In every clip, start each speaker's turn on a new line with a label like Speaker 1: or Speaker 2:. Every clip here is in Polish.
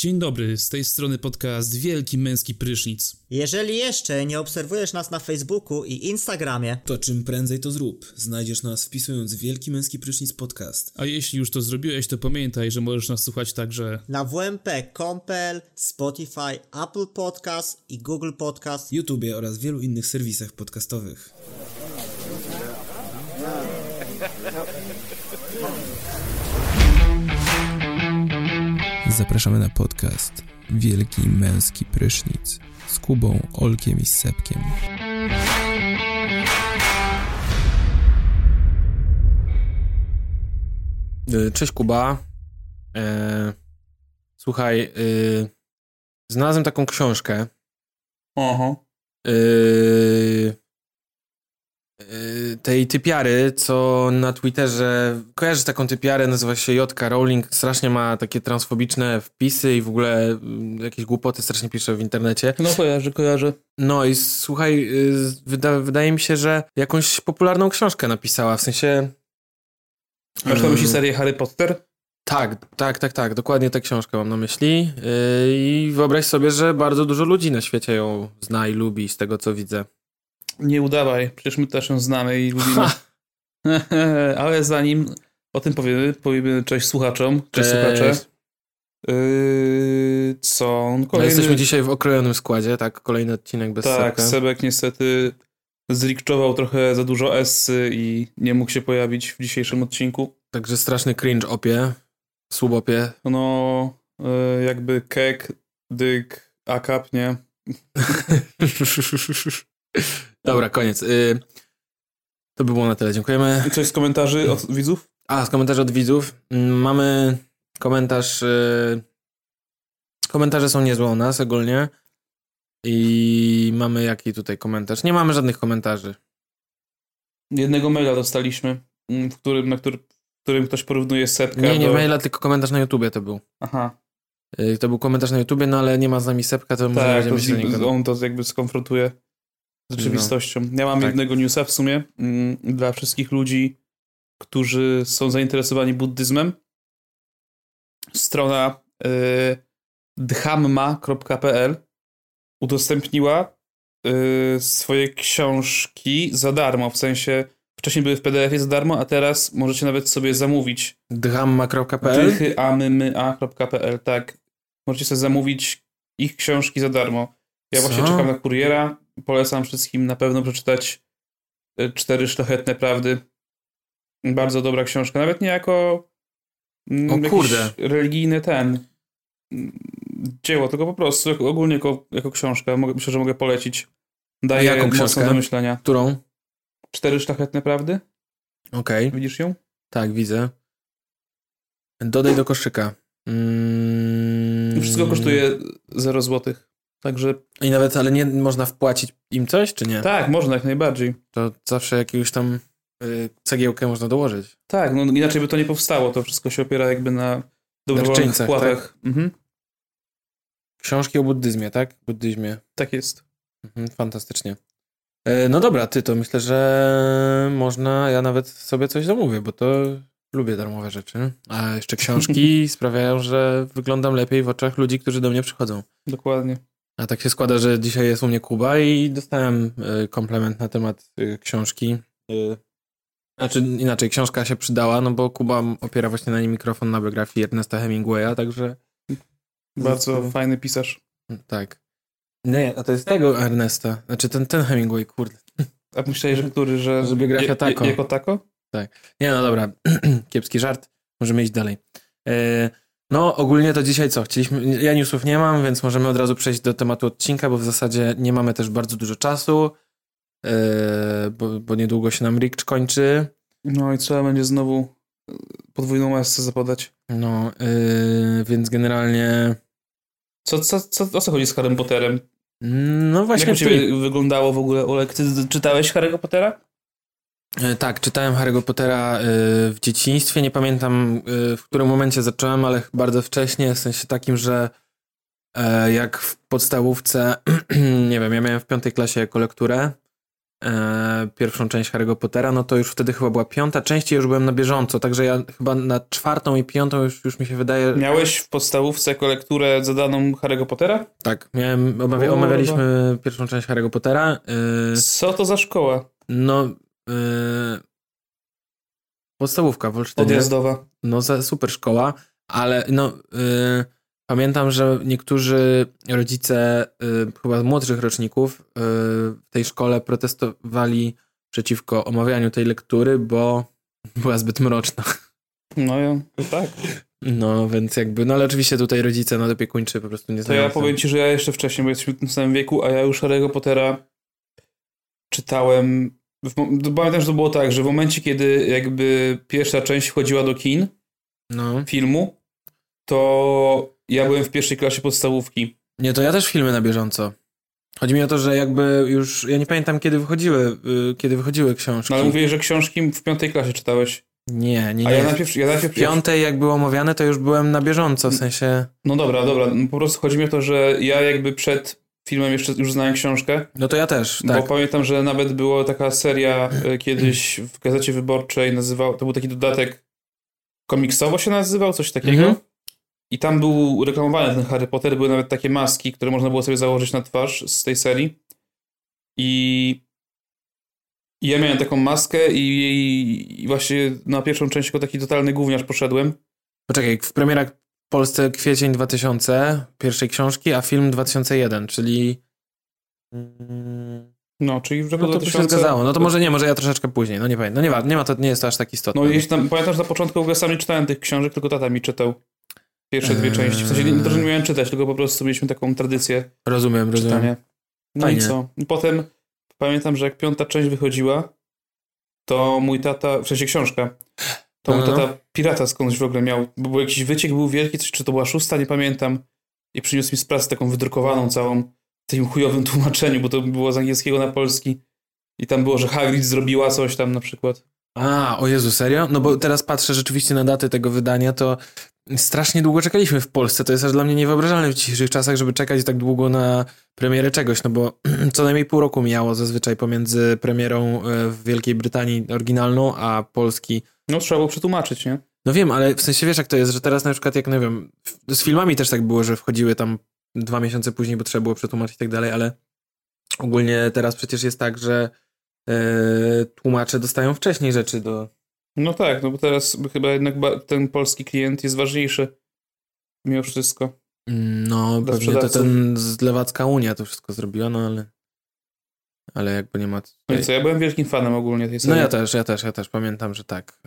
Speaker 1: Dzień dobry, z tej strony podcast Wielki Męski Prysznic.
Speaker 2: Jeżeli jeszcze nie obserwujesz nas na Facebooku i Instagramie,
Speaker 3: to czym prędzej to zrób. Znajdziesz nas wpisując Wielki Męski Prysznic Podcast.
Speaker 1: A jeśli już to zrobiłeś, to pamiętaj, że możesz nas słuchać także
Speaker 2: na wmp.com.pl, Spotify, Apple Podcast i Google Podcast,
Speaker 3: YouTube oraz wielu innych serwisach podcastowych. Zapraszamy na podcast Wielki Męski Prysznic z Kubą, Olkiem i Sepkiem.
Speaker 4: Cześć Kuba. Słuchaj, znalazłem taką książkę. Tej typiary, co na Twitterze, kojarzysz taką typiarę, nazywa się J.K. Rowling, strasznie ma takie transfobiczne wpisy i w ogóle jakieś głupoty strasznie pisze w internecie.
Speaker 1: No kojarzę.
Speaker 4: No i słuchaj, wydaje mi się, że jakąś popularną książkę napisała, w sensie...
Speaker 1: Masz na myśli serię Harry Potter?
Speaker 4: Tak, dokładnie tę książkę mam na myśli i wyobraź sobie, że bardzo dużo ludzi na świecie ją zna i lubi z tego, co widzę.
Speaker 1: Nie udawaj, przecież my też ją znamy i lubimy. Ale zanim o tym powiemy cześć słuchaczom. Cześć słuchacze.
Speaker 4: Jesteśmy dzisiaj w okrojonym składzie, tak? Kolejny odcinek bez Sebka.
Speaker 1: Tak, Sebek niestety zrikczował trochę za dużo essy i nie mógł się pojawić w dzisiejszym odcinku.
Speaker 4: Także straszny cringe opie, słubopie.
Speaker 1: No, jakby kek, dyk, akap, nie?
Speaker 4: Dobra, koniec. To by było na tyle, dziękujemy.
Speaker 1: Coś z komentarzy od widzów?
Speaker 4: Z komentarzy od widzów. Mamy komentarz... Komentarze są niezłe u nas ogólnie. I mamy jaki tutaj komentarz? Nie mamy żadnych komentarzy.
Speaker 1: Jednego maila dostaliśmy, w którym ktoś porównuje Sepka
Speaker 4: Nie maila, tylko komentarz na YouTubie to był.
Speaker 1: Aha.
Speaker 4: To był komentarz na YouTubie, no ale nie ma z nami Sepka, to może będziemy się niego...
Speaker 1: on to jakby skonfrontuje z rzeczywistością. No. Ja mam jednego newsa w sumie dla wszystkich ludzi, którzy są zainteresowani buddyzmem. Strona dhamma.pl udostępniła swoje książki za darmo, w sensie wcześniej były w PDF-ie za darmo, a teraz możecie nawet sobie zamówić.
Speaker 4: Dhamma.pl?
Speaker 1: Dhamma.pl, tak. Możecie sobie zamówić ich książki za darmo. Ja właśnie czekam na kuriera. Polecam wszystkim na pewno przeczytać 4 szlachetne prawdy. Bardzo dobra książka. Nawet nie jako jakiś religijny dzieło, tylko po prostu ogólnie jako książka. Myślę, że mogę polecić. Daje mocno do myślenia.
Speaker 4: Którą?
Speaker 1: 4 szlachetne prawdy.
Speaker 4: Okej.
Speaker 1: Widzisz ją?
Speaker 4: Tak, widzę. Dodaj do koszyka.
Speaker 1: Wszystko kosztuje 0 złotych. Także...
Speaker 4: I nawet, ale nie można wpłacić im coś, czy nie?
Speaker 1: Tak, można, jak najbardziej.
Speaker 4: To zawsze jakąś tam cegiełkę można dołożyć.
Speaker 1: Tak, no inaczej by to nie powstało. To wszystko się opiera jakby na dobrowolnych wpłatach. Tak? Mhm.
Speaker 4: Książki o buddyzmie, tak? Buddyzmie.
Speaker 1: Tak jest.
Speaker 4: Fantastycznie. No dobra, to myślę, że można, ja nawet sobie coś zamówię, bo to lubię darmowe rzeczy. A jeszcze książki sprawiają, że wyglądam lepiej w oczach ludzi, którzy do mnie przychodzą.
Speaker 1: Dokładnie.
Speaker 4: A tak się składa, że dzisiaj jest u mnie Kuba i dostałem komplement na temat książki. Znaczy inaczej, książka się przydała, no bo Kuba opiera właśnie na niej mikrofon na biografii Ernesta Hemingwaya, także...
Speaker 1: Bardzo fajny pisarz.
Speaker 4: Tak. Nie, a to jest tego Ernesta. Znaczy ten Hemingway, kurde.
Speaker 1: A myślałeś, że który, że
Speaker 4: biografia Tako.
Speaker 1: Jako Tako?
Speaker 4: Tak. Nie, no dobra. Kiepski żart. Możemy iść dalej. No, ogólnie to dzisiaj co? Ja newsów nie mam, więc możemy od razu przejść do tematu odcinka, bo w zasadzie nie mamy też bardzo dużo czasu, bo niedługo się nam Ricz kończy.
Speaker 1: No i trzeba będzie znowu podwójną masę zapodać.
Speaker 4: No, więc generalnie...
Speaker 1: O co chodzi z Harrym Potterem?
Speaker 4: No właśnie...
Speaker 1: Jak u ciebie wyglądało w ogóle, Olek? Ty czytałeś Harry'ego Pottera?
Speaker 4: Tak, czytałem Harry'ego Pottera w dzieciństwie. Nie pamiętam, w którym momencie zacząłem, ale bardzo wcześnie, w sensie takim, że jak w podstawówce, nie wiem, ja miałem w 5. klasie jako lekturę pierwszą część Harry'ego Pottera, no to już wtedy chyba była 5. część i już byłem na bieżąco, także ja chyba na 4. i 5. już mi się wydaje...
Speaker 1: Miałeś w podstawówce jako lekturę zadaną Harry'ego Pottera?
Speaker 4: Tak, omawialiśmy pierwszą część Harry'ego Pottera.
Speaker 1: Co to za szkoła?
Speaker 4: No... podstawówka w Olsztynie.
Speaker 1: Odjazdowa.
Speaker 4: No super szkoła, ale pamiętam, że niektórzy rodzice chyba młodszych roczników w tej szkole protestowali przeciwko omawianiu tej lektury, bo była zbyt mroczna.
Speaker 1: No ja, tak.
Speaker 4: No więc jakby, no ale oczywiście tutaj rodzice nadopiekuńczy po prostu nie znają.
Speaker 1: To ja powiem ci, że ja jeszcze wcześniej, bo jesteśmy w tym samym wieku, a ja już Harry'ego Pottera czytałem. Pamiętam, że to było tak, że w momencie, kiedy jakby pierwsza część wchodziła do kin filmu, to ja byłem w 1. klasie podstawówki.
Speaker 4: Nie, to ja też filmy na bieżąco. Chodzi mi o to, że jakby już, ja nie pamiętam kiedy wychodziły książki.
Speaker 1: No ale mówiłeś, że książki w 5. klasie czytałeś.
Speaker 4: Nie.
Speaker 1: A ja najpierw
Speaker 4: w 5. jak było omawiane, to już byłem na bieżąco, w sensie...
Speaker 1: No dobra. No, po prostu chodzi mi o to, że ja jakby przed filmem jeszcze już znałem książkę.
Speaker 4: No to ja też, tak.
Speaker 1: Bo pamiętam, że nawet była taka seria kiedyś w Gazecie Wyborczej, to był taki dodatek, komiksowo się nazywał, coś takiego. I tam był reklamowany ten Harry Potter, były nawet takie maski, które można było sobie założyć na twarz z tej serii. I ja miałem taką maskę i właśnie na pierwszą część jako taki totalny gówniarz poszedłem.
Speaker 4: Poczekaj, w premierach w Polsce kwiecień 2000 pierwszej książki, a film 2001, czyli...
Speaker 1: No, czyli w roku
Speaker 4: no to
Speaker 1: 2000...
Speaker 4: się zgadzało. No to może ja troszeczkę później, no nie pamiętam. No nie jest to aż tak istotne.
Speaker 1: No jeśli tam, pamiętam, że na początku w ogóle sam nie czytałem tych książek, tylko tata mi czytał pierwsze 2 części. W sensie nie to, że nie miałem czytać, tylko po prostu mieliśmy taką tradycję
Speaker 4: Rozumiem.
Speaker 1: czytania. No
Speaker 4: Fajnie.
Speaker 1: i co? I potem pamiętam, że jak 5. część wychodziła, to mój tata, w sensie książka, to mój tata pirata skądś w ogóle miał, bo był jakiś wyciek, był wielki, coś, czy to była 6, nie pamiętam, i przyniósł mi z pracy taką wydrukowaną całą w tym chujowym tłumaczeniu, bo to było z angielskiego na polski i tam było, że Hagrid zrobiła coś tam na przykład.
Speaker 4: O Jezu, serio? No bo teraz patrzę rzeczywiście na daty tego wydania, to strasznie długo czekaliśmy w Polsce. To jest aż dla mnie niewyobrażalne w dzisiejszych czasach, żeby czekać tak długo na premierę czegoś, no bo co najmniej pół roku mijało zazwyczaj pomiędzy premierą w Wielkiej Brytanii oryginalną, a Polski.
Speaker 1: No trzeba było przetłumaczyć, nie?
Speaker 4: No wiem, ale w sensie wiesz jak to jest, że teraz na przykład jak, nie wiem, z filmami też tak było, że wchodziły tam 2 miesiące później, bo trzeba było przetłumaczyć i tak dalej, ale ogólnie teraz przecież jest tak, że tłumacze dostają wcześniej rzeczy do...
Speaker 1: No tak, no bo teraz chyba jednak ten polski klient jest ważniejszy mimo wszystko.
Speaker 4: No pewnie to ten z Lewacka Unia to wszystko zrobiła, no ale jakby nie ma...
Speaker 1: No i co, ja byłem wielkim fanem ogólnie tej serii.
Speaker 4: No ja też pamiętam, że tak.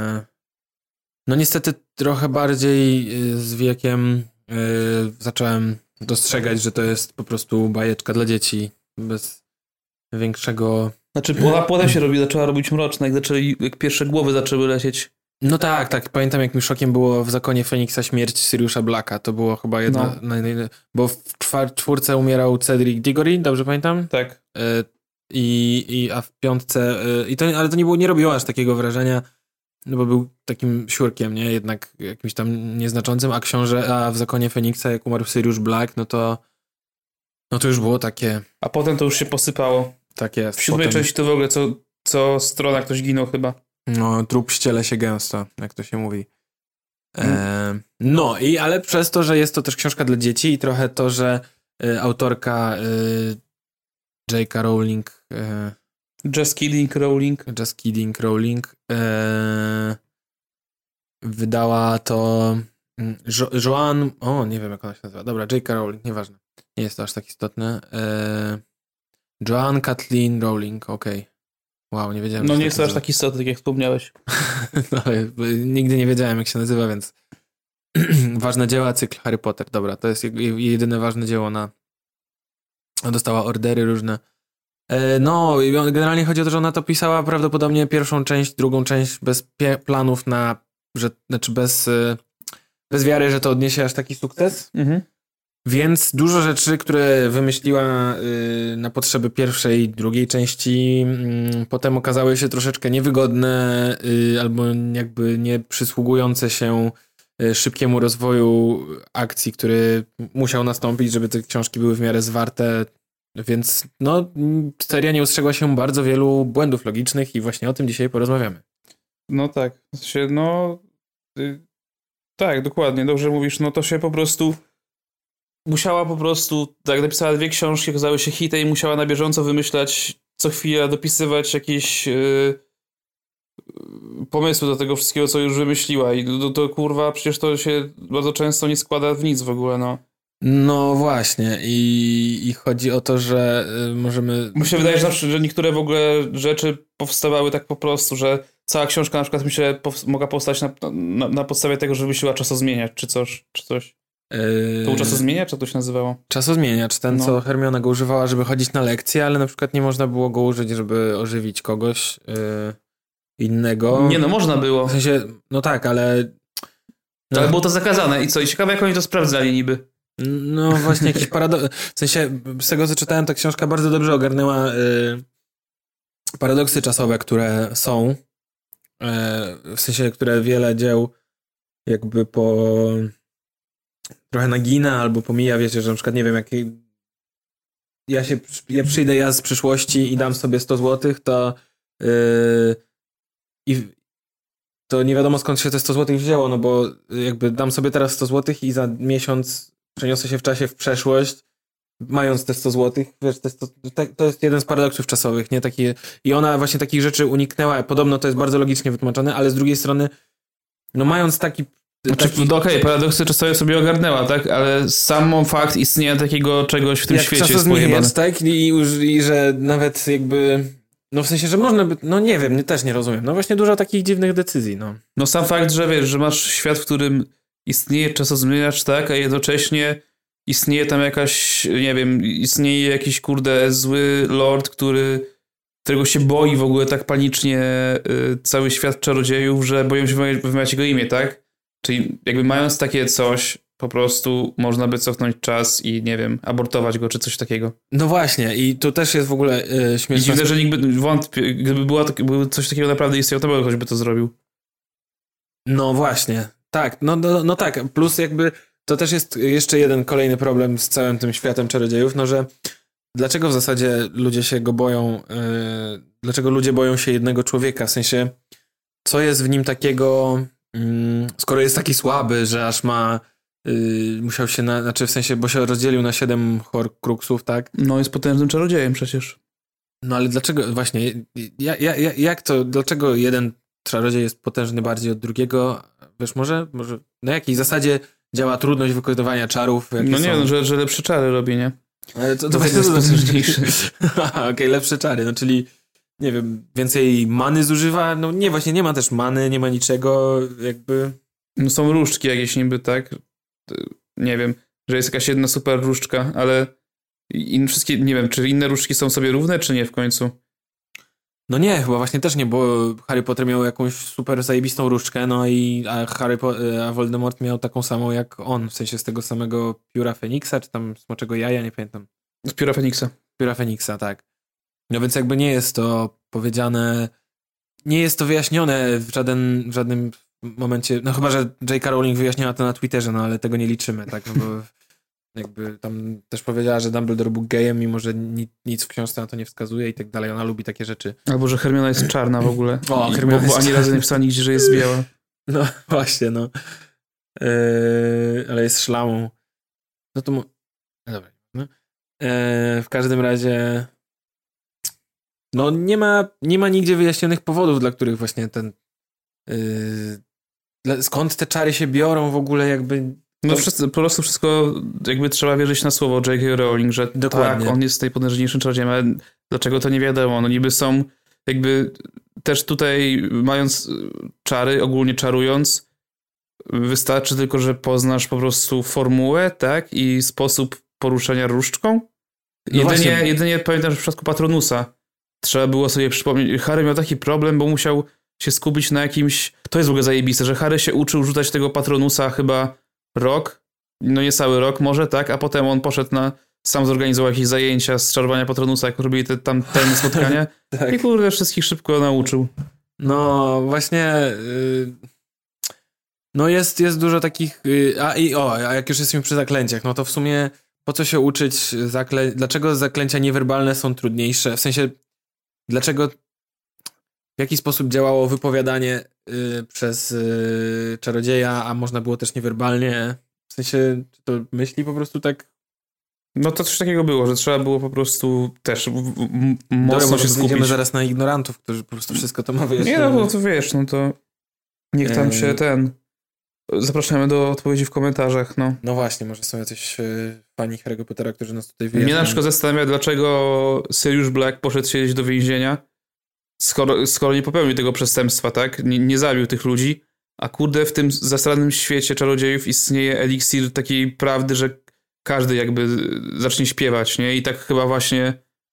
Speaker 4: No niestety trochę bardziej z wiekiem zacząłem dostrzegać, że to jest po prostu bajeczka dla dzieci bez większego...
Speaker 1: Znaczy potem się zaczęła robić mroczna, jak pierwsze głowy zaczęły lecieć.
Speaker 4: No tak. Pamiętam jak mi szokiem było w Zakonie Feniksa śmierć Siriusza Blacka. To było chyba jedna... bo w 4 umierał Cedric Diggory, dobrze pamiętam?
Speaker 1: Tak.
Speaker 4: A w 5... ale to nie robiło aż takiego wrażenia, no bo był takim siurkiem, nie? Jednak jakimś tam nieznaczącym, a w Zakonie Feniksa jak umarł Sirius Black, no to już było takie...
Speaker 1: A potem to już się posypało.
Speaker 4: Tak jest.
Speaker 1: W 7 części to w ogóle co strona ktoś ginął chyba.
Speaker 4: No, trup ściele się gęsto, jak to się mówi. Ale przez to, że jest to też książka dla dzieci i trochę to, że autorka J.K. Rowling
Speaker 1: Just Kidding Rowling
Speaker 4: wydała to Joanne... nie wiem jak ona się nazywa. Dobra, J.K. Rowling, nieważne. Nie jest to aż tak istotne. Joanne Kathleen Rowling, okej. Wow, nie wiedziałem.
Speaker 1: No nie jest to aż tak istotne, tak jak wspomniałeś.
Speaker 4: No, nigdy nie wiedziałem, jak się nazywa, więc ważne dzieła, cykl Harry Potter. Dobra, to jest jedyne ważne dzieło dostała ordery różne. Generalnie chodzi o to, że ona to pisała prawdopodobnie pierwszą część, drugą część bez planów bez wiary, że to odniesie aż taki sukces.
Speaker 1: Mhm.
Speaker 4: Więc dużo rzeczy, które wymyśliła na potrzeby pierwszej, drugiej części, potem okazały się troszeczkę niewygodne albo jakby nie przysługujące się szybkiemu rozwoju akcji, który musiał nastąpić, żeby te książki były w miarę zwarte. Więc no, seria nie ustrzegła się bardzo wielu błędów logicznych i właśnie o tym dzisiaj porozmawiamy.
Speaker 1: No tak, tak, dokładnie, dobrze mówisz, no to się po prostu musiała tak napisała 2 książki, okazały się hitem i musiała na bieżąco wymyślać co chwilę, dopisywać jakieś pomysły do tego wszystkiego, co już wymyśliła i to kurwa, przecież to się bardzo często nie składa w nic w ogóle, no.
Speaker 4: No właśnie i chodzi o to, że możemy...
Speaker 1: Mi się wydaje, że niektóre w ogóle rzeczy powstawały tak po prostu, że cała książka na przykład mogła powstać na podstawie tego, że wymyśliła czasozmieniacz czy coś. To był czasozmieniacz, czy to się nazywało?
Speaker 4: Czasozmieniacz, co Hermiona go używała, żeby chodzić na lekcje, ale na przykład nie można było go użyć, żeby ożywić kogoś innego.
Speaker 1: Nie no, można było.
Speaker 4: W sensie, no tak, ale...
Speaker 1: No. Ale było to zakazane i co? I ciekawe, jak oni to sprawdzali niby.
Speaker 4: No właśnie jakiś paradoks. W sensie, z tego co czytałem, ta książka bardzo dobrze ogarnęła paradoksy czasowe, które są. W sensie, które wiele dzieł jakby trochę nagina albo pomija, wiecie, że na przykład nie wiem, przyjdę ja z przyszłości i dam sobie 100 złotych, to nie wiadomo skąd się te 100 złotych wzięło, no bo jakby dam sobie teraz 100 złotych i za miesiąc przeniosę się w czasie w przeszłość, mając te 100 złotych, wiesz, to jest jeden z paradoksów czasowych, nie? I ona właśnie takich rzeczy uniknęła, podobno to jest bardzo logicznie wytłumaczone, ale z drugiej strony, no mając
Speaker 1: Okej, paradoksy czasowe sobie ogarnęła, tak? Ale sam fakt istnienia takiego czegoś w tym świecie jest pojebane.
Speaker 4: Tak? I że nawet jakby... No w sensie, że można by... No nie wiem, też nie rozumiem. No właśnie dużo takich dziwnych decyzji, no.
Speaker 1: No sam fakt, że wiesz, że masz świat, w którym istnieje czasozmieniacz, tak? A jednocześnie istnieje tam istnieje jakiś zły lord, którego się boi w ogóle tak panicznie cały świat czarodziejów, że boją się wymawiać jego imię, tak? Czyli jakby mając takie coś, po prostu można by cofnąć czas i nie wiem, abortować go czy coś takiego.
Speaker 4: No właśnie i to też jest w ogóle śmieszne.
Speaker 1: I dziwne, że nikt by wątpił, gdyby coś takiego naprawdę istniało, to ktoś by to zrobił.
Speaker 4: No właśnie, tak, no tak, plus jakby to też jest jeszcze jeden kolejny problem z całym tym światem czarodziejów, no że dlaczego w zasadzie ludzie się go boją, dlaczego ludzie boją się jednego człowieka, w sensie co jest w nim takiego, skoro jest taki słaby, że aż musiał się, w sensie, bo się rozdzielił na 7 horcruxów, tak?
Speaker 1: No jest potężnym czarodziejem przecież.
Speaker 4: No ale dlaczego, właśnie, jak to, dlaczego jeden czarodziej jest potężny bardziej od drugiego? Wiesz, może na jakiej zasadzie działa trudność wykonywania czarów?
Speaker 1: No nie wiem, że lepsze czary robi, nie?
Speaker 4: Ale to jest potężniejsze. Okej, lepsze czary, no czyli nie wiem, więcej many zużywa? No nie, właśnie nie ma też many, nie ma niczego, jakby...
Speaker 1: No są różdżki jakieś niby, tak? Nie wiem, że jest jakaś jedna super różdżka, ale wszystkie, nie wiem, czy inne różdżki są sobie równe, czy nie w końcu?
Speaker 4: No nie, chyba właśnie też nie, bo Harry Potter miał jakąś super zajebistą różdżkę, no a Voldemort miał taką samą jak on, w sensie z tego samego pióra Feniksa, czy tam smoczego jaja, nie pamiętam.
Speaker 1: Z pióra Feniksa.
Speaker 4: Pióra Feniksa, tak. No więc jakby nie jest to powiedziane, nie jest to wyjaśnione w żadnym momencie, no chyba, że J.K. Rowling wyjaśniała to na Twitterze, no ale tego nie liczymy, tak, no bo jakby tam też powiedziała, że Dumbledore był gejem, mimo że nic w książce na to nie wskazuje i tak dalej, ona lubi takie rzeczy.
Speaker 1: Albo, że Hermiona jest czarna w ogóle.
Speaker 4: Hermiona
Speaker 1: bo ani razu nie pisała nigdzie, że jest biała.
Speaker 4: No właśnie, no. Ale jest szlamą. No to dobra. No. W każdym razie no nie ma nigdzie wyjaśnionych powodów, dla których właśnie skąd te czary się biorą w ogóle jakby...
Speaker 1: No po prostu wszystko jakby trzeba wierzyć na słowo J.K. Rowling, że
Speaker 4: dokładnie.
Speaker 1: Tak, on jest najpotężniejszym czarodziejem, ale dlaczego to nie wiadomo. No niby są jakby też tutaj mając czary, ogólnie czarując, wystarczy tylko, że poznasz po prostu formułę, tak? I sposób poruszania różdżką. Jedynie pamiętam, że w przypadku Patronusa trzeba było sobie przypomnieć, Harry miał taki problem, bo musiał się skupić na jakimś... To jest w ogóle zajebiste, że Harry się uczył rzucać tego Patronusa chyba rok, no nie cały rok może, tak? A potem on poszedł sam zorganizował jakieś zajęcia z czarowania Patronusa, jak robili te tajne spotkania. Tak. I kurde, wszystkich szybko nauczył.
Speaker 4: No właśnie... No jest dużo takich... A jak już jesteśmy przy zaklęciach, no to w sumie po co się uczyć dlaczego zaklęcia niewerbalne są trudniejsze? W sensie, dlaczego, w jaki sposób działało wypowiadanie przez czarodzieja, a można było też niewerbalnie? W sensie, czy to myśli po prostu tak?
Speaker 1: No to coś takiego było, że trzeba było po prostu też mocno się skupić.
Speaker 4: Idziemy zaraz na ignorantów, którzy po prostu wszystko to ma wyjaśnione.
Speaker 1: Nie, no bo to wiesz, no to niech tam się zapraszamy do odpowiedzi w komentarzach, no.
Speaker 4: No właśnie, może są jacyś fani Harry'ego Pottera, którzy nas tutaj wyjaśnią.
Speaker 1: Mnie na przykład zastanawia, dlaczego Sirius Black poszedł siedzieć do więzienia, skoro nie popełnił tego przestępstwa, tak? Nie zabił tych ludzi, a kurde, w tym zasranym świecie czarodziejów istnieje eliksir takiej prawdy, że każdy jakby zacznie śpiewać, nie? I tak chyba właśnie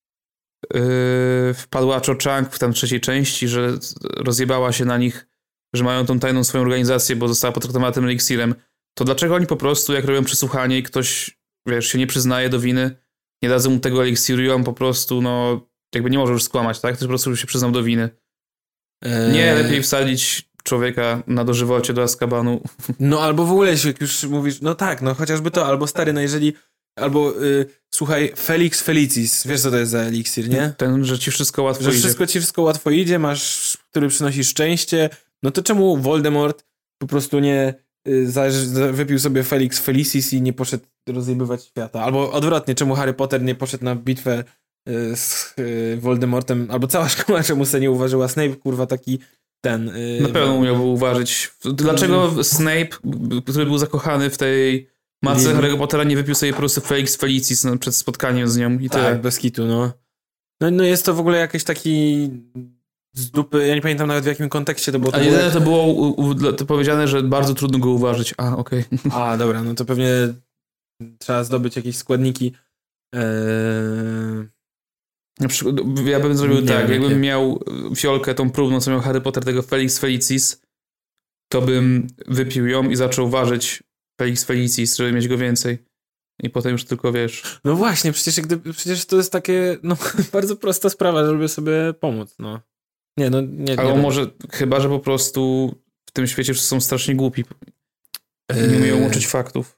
Speaker 1: wpadła Cho Chang w tam trzeciej części, że rozjebała się na nich, że mają tą tajną swoją organizację, bo została potraktowana tym eliksirem. To dlaczego oni po prostu, jak robią przesłuchanie i ktoś, wiesz, się nie przyznaje do winy, nie dadzą mu tego eliksiru i on po prostu, no, jakby nie może już skłamać, tak? To po prostu się przyznał do winy. Nie, lepiej wsadzić człowieka na dożywocie do Azkabanu.
Speaker 4: No albo w ogóle, jak już mówisz, no tak, no chociażby to, albo stary, no jeżeli, albo słuchaj, Felix Felicis, wiesz co to jest za eliksir, nie?
Speaker 1: Ten, że ci wszystko łatwo idzie.
Speaker 4: Że wszystko łatwo idzie, masz, który przynosi szczęście, no to czemu Voldemort po prostu nie wypił sobie Felix Felicis i nie poszedł rozjebywać świata? Albo odwrotnie, czemu Harry Potter nie poszedł na bitwę z Voldemortem, albo cała szkoła czemu sobie nie uważała Snape, kurwa, taki na
Speaker 1: pewno umiałby uważać. Dlaczego Snape, który był zakochany w tej matce Harry'ego Pottera, nie wypił sobie po prostu Felix Felicis przed spotkaniem z nią i tyle.
Speaker 4: Tak, bez kitu, no. No jest to w ogóle jakiś taki z dupy, ja nie pamiętam nawet w jakim kontekście to było.
Speaker 1: A jedyne to było to powiedziane, że bardzo trudno go uważać. A, okej.
Speaker 4: A, dobra, no to pewnie trzeba zdobyć jakieś składniki.
Speaker 1: Na przykład, ja bym zrobił tak, jakbym miał fiolkę tą próbną, co miał Harry Potter, tego Felix Felicis, to bym wypił ją i zaczął ważyć Felix Felicis, żeby mieć go więcej. I potem już tylko wiesz.
Speaker 4: No właśnie, przecież to jest takie, no bardzo prosta sprawa, żeby sobie pomóc, no. Nie.
Speaker 1: Albo może, chyba, że po prostu w tym świecie wszyscy są strasznie głupi. Nie umieją łączyć faktów.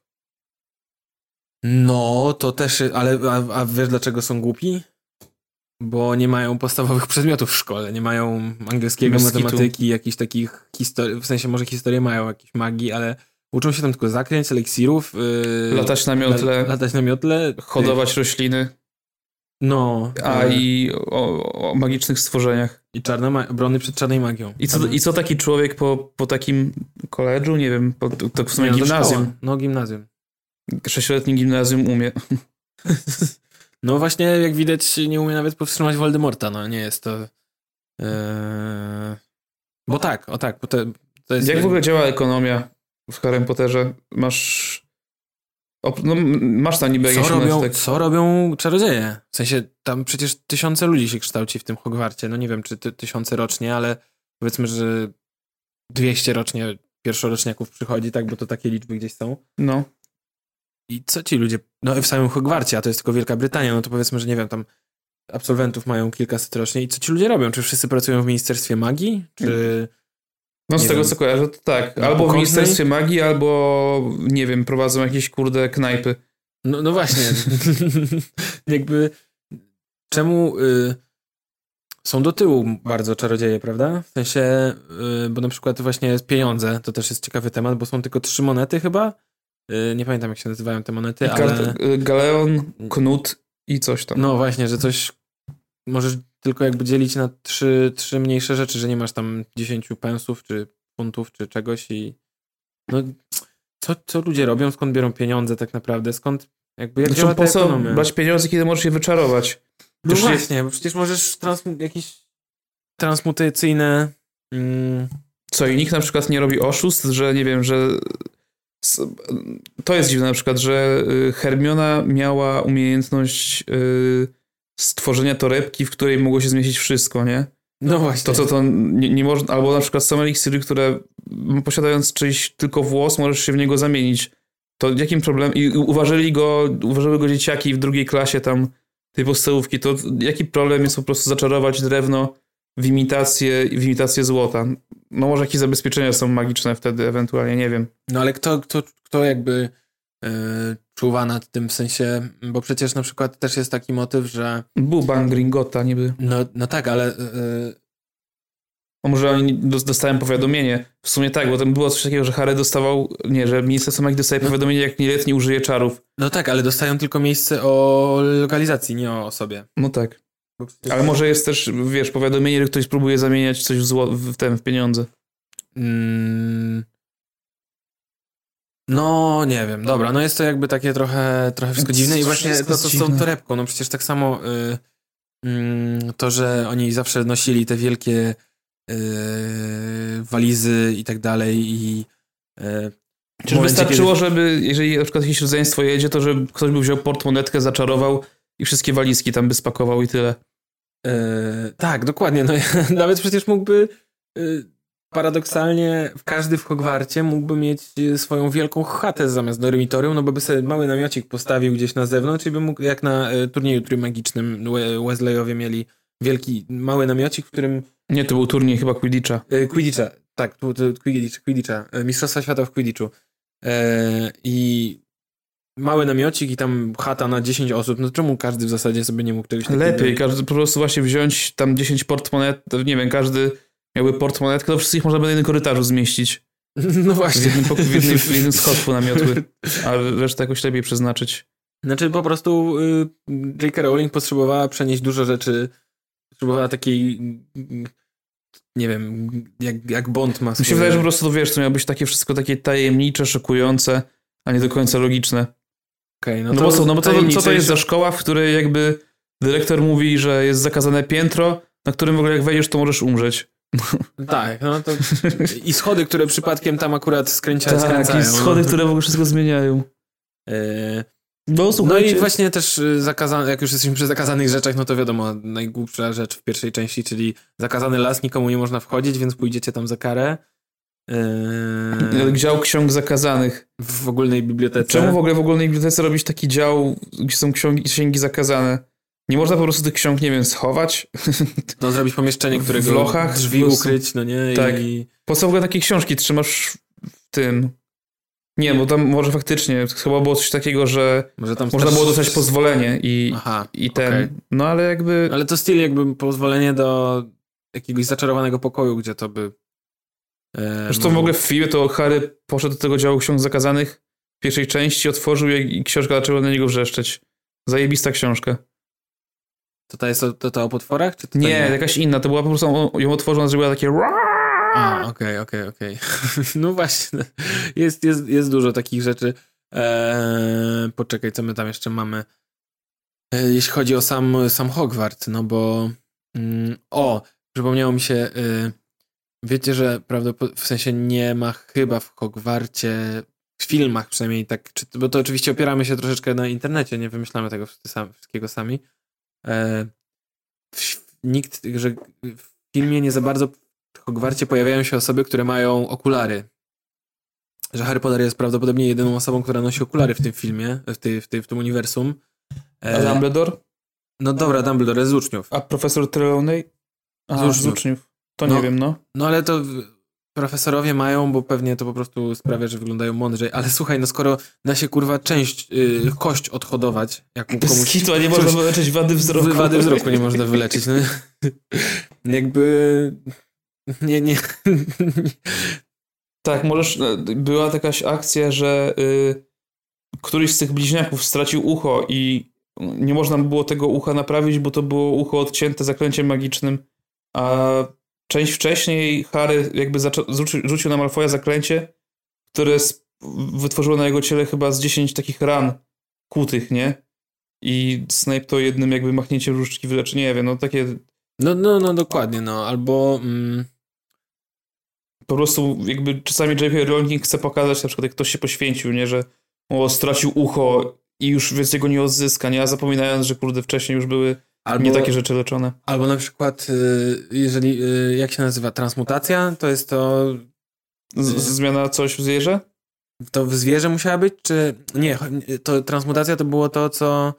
Speaker 4: No, to też, ale a wiesz dlaczego są głupi? Bo nie mają podstawowych przedmiotów w szkole, nie mają angielskiego, matematyki, jakichś takich historii, w sensie może historie mają, jakieś magii, ale uczą się tam tylko zaklęć, eliksirów.
Speaker 1: Latać na miotle. Hodować rośliny.
Speaker 4: No.
Speaker 1: I o magicznych stworzeniach.
Speaker 4: I obrony przed czarnej magią.
Speaker 1: I co taki człowiek po takim koledżu, nie wiem, to w sumie gimnazjum.
Speaker 4: No, gimnazjum.
Speaker 1: 6-letnim gimnazjum umie.
Speaker 4: No właśnie, jak widać, nie umie nawet powstrzymać Voldemorta, no nie jest to... Bo tak, bo to jest...
Speaker 1: Jak w ogóle działa ekonomia w Harrym Potterze? Masz tam niby jakieś...
Speaker 4: Co robią czarodzieje? W sensie, tam przecież tysiące ludzi się kształci w tym Hogwarcie, no nie wiem, czy tysiące rocznie, ale powiedzmy, że 200 rocznie pierwszoroczniaków przychodzi, tak, bo to takie liczby gdzieś są.
Speaker 1: No.
Speaker 4: I co ci ludzie, no w samym Hogwarcie, a to jest tylko Wielka Brytania, no to powiedzmy, że nie wiem, tam absolwentów mają kilkaset rocznie i co ci ludzie robią? Czy wszyscy pracują w Ministerstwie Magii? Czy...
Speaker 1: No z tego co kojarzę, to tak. Albo w Ministerstwie Magii, albo nie wiem, prowadzą jakieś kurde knajpy.
Speaker 4: No właśnie. Jakby czemu są do tyłu bardzo czarodzieje, prawda? W sensie, bo na przykład właśnie pieniądze, to też jest ciekawy temat, bo są tylko 3 monety chyba. Nie pamiętam, jak się nazywają te monety, ale...
Speaker 1: Galeon, knut i coś tam.
Speaker 4: No właśnie, że coś możesz tylko jakby dzielić na 3 mniejsze rzeczy, że nie masz tam 10 pensów, czy funtów, czy czegoś i... No, co ludzie robią? Skąd biorą pieniądze tak naprawdę? Skąd... Jak działa ta ekonomia?
Speaker 1: Po co brać pieniądze, kiedy możesz je wyczarować?
Speaker 4: No właśnie, bo przecież możesz jakieś transmutacyjne...
Speaker 1: Co, i nikt na przykład nie robi oszustw, że nie wiem, że... To jest dziwne na przykład, że Hermiona miała umiejętność stworzenia torebki, w której mogło się zmieścić wszystko, nie?
Speaker 4: No właśnie.
Speaker 1: To nie można, albo na przykład są eliksiry, które posiadając czyjś tylko włos, możesz się w niego zamienić. To jakim problem? I uważały go dzieciaki w 2. klasie tam tej podstawówki, to jaki problem jest po prostu zaczarować drewno w imitację złota? No może jakieś zabezpieczenia są magiczne wtedy, ewentualnie, nie wiem.
Speaker 4: No ale kto jakby czuwa nad tym, w sensie, bo przecież na przykład też jest taki motyw, że...
Speaker 1: Buban Gringotta niby.
Speaker 4: No tak, ale...
Speaker 1: A może oni dostałem powiadomienie. W sumie tak, bo tam było coś takiego, że Harry dostawał... Nie, że Ministerstwo Magii dostaje powiadomienie, jak nieletni użyje czarów.
Speaker 4: No tak, ale dostają tylko miejsce o lokalizacji, nie o osobie.
Speaker 1: No tak. Ale może jest też, wiesz, powiadomienie, że ktoś próbuje zamieniać coś w pieniądze.
Speaker 4: No, nie wiem. Dobra, no jest to jakby takie trochę wszystko dziwne i właśnie to z tą torebką, no przecież tak samo to, że oni zawsze nosili te wielkie walizy i tak dalej i
Speaker 1: Czyż wystarczyło, żeby, jeżeli na przykład jakieś rodzeństwo jedzie, to żeby ktoś by wziął portmonetkę, zaczarował i wszystkie walizki tam by spakował i tyle.
Speaker 4: Tak, dokładnie. No, nawet przecież mógłby paradoksalnie każdy w Hogwarcie mógłby mieć swoją wielką chatę zamiast dormitorium, no bo by sobie mały namiocik postawił gdzieś na zewnątrz i by mógł, jak na turnieju trójmagicznym Wesleyowie mieli wielki, mały namiocik, w którym...
Speaker 1: Nie, to był turniej chyba Quidditcha.
Speaker 4: Quidditcha, tak, Quidditcha. Mistrzostwa Świata w Quidditchu. I mały namiocik i tam chata na 10 osób, no czemu każdy w zasadzie sobie nie mógł czegoś takiego...
Speaker 1: Lepiej, każdy po prostu właśnie wziąć tam 10 portmonet, nie wiem, każdy miałby portmonetkę, to wszystkich można by na jednym korytarzu zmieścić.
Speaker 4: No właśnie.
Speaker 1: W jednym schodku namiotły, a resztę jakoś lepiej przeznaczyć.
Speaker 4: Znaczy po prostu J.K. Rowling potrzebowała przenieść dużo rzeczy, potrzebowała takiej, nie wiem, jak Bond ma.
Speaker 1: Mi się wydaje, że po prostu, wiesz, to miało być takie wszystko takie tajemnicze, szokujące, a nie do końca logiczne.
Speaker 4: Okay,
Speaker 1: no bo co to jest za szkoła, w której jakby dyrektor mówi, że jest zakazane piętro, na którym w ogóle jak wejdziesz, to możesz umrzeć.
Speaker 4: Tak, no to i schody, które przypadkiem tam akurat skręcają.
Speaker 1: Tak, i schody, które w ogóle wszystko zmieniają.
Speaker 4: No i właśnie też jak już jesteśmy przy zakazanych rzeczach, no to wiadomo, najgłupsza rzecz w pierwszej części, czyli zakazany las, nikomu nie można wchodzić, więc pójdziecie tam za karę.
Speaker 1: Dział ksiąg zakazanych.
Speaker 4: W ogólnej bibliotece.
Speaker 1: Czemu w ogóle w ogólnej bibliotece robić taki dział, gdzie są księgi zakazane? Nie można po prostu tych ksiąg, nie wiem, schować?
Speaker 4: No zrobić pomieszczenie, którego
Speaker 1: w lochach,
Speaker 4: drzwi ukryć, no nie?
Speaker 1: Tak. Po co w ogóle takie książki trzymasz w tym? Nie, bo tam może faktycznie chyba było coś takiego, że można było dostać pozwolenie i ten. Okay. No ale jakby...
Speaker 4: Ale to styl jakby pozwolenie do jakiegoś zaczarowanego pokoju, gdzie to by...
Speaker 1: Zresztą w ogóle w filmie to Harry poszedł do tego działu ksiąg zakazanych w pierwszej części, otworzył je i książka zaczęła na niego wrzeszczeć. Zajebista książka.
Speaker 4: To jest to o potworach? Czy to
Speaker 1: nie, jakaś inna. To była po prostu, ją otworzył, ona zrobiła takie...
Speaker 4: Okej. No właśnie, jest dużo takich rzeczy. Poczekaj, co my tam jeszcze mamy. Jeśli chodzi o sam Hogwart, no bo przypomniało mi się, wiecie, że w sensie nie ma chyba w Hogwarcie, w filmach przynajmniej tak, bo to oczywiście opieramy się troszeczkę na internecie, nie wymyślamy tego wszystkiego sami. Że w filmie nie za bardzo w Hogwarcie pojawiają się osoby, które mają okulary. Że Harry Potter jest prawdopodobnie jedyną osobą, która nosi okulary w tym filmie, w tym uniwersum.
Speaker 1: A Dumbledore?
Speaker 4: No dobra, Dumbledore jest z uczniów.
Speaker 1: A profesor Trelawney? Z uczniów. To nie wiem, no.
Speaker 4: No ale to profesorowie mają, bo pewnie to po prostu sprawia, że wyglądają mądrzej. Ale słuchaj, no skoro da się kurwa kość odhodować, jak komuś...
Speaker 1: Skitu, a nie można wyleczyć wady wzroku.
Speaker 4: Wady wzroku nie można wyleczyć. No. Jakby... Nie.
Speaker 1: Tak, była jakaś akcja, że któryś z tych bliźniaków stracił ucho i nie można było tego ucha naprawić, bo to było ucho odcięte zaklęciem magicznym, a część wcześniej Harry jakby rzucił na Malfoya zaklęcie, które wytworzyło na jego ciele chyba z 10 takich ran kłutych, nie? I Snape to jednym jakby machnięciem różdżki wyleczy, nie wiem, no takie...
Speaker 4: No dokładnie, no, albo...
Speaker 1: Po prostu jakby czasami J.K. Rowling chce pokazać, na przykład jak ktoś się poświęcił, nie, że stracił ucho i już więcej go nie odzyska, nie, a zapominając, że kurde wcześniej już były nie takie rzeczy leczone.
Speaker 4: Albo na przykład jeżeli, jak się nazywa, transmutacja, to jest to...
Speaker 1: Zmiana coś w zwierzę?
Speaker 4: To w zwierzę musiała być, czy... Nie, to transmutacja to było to, co...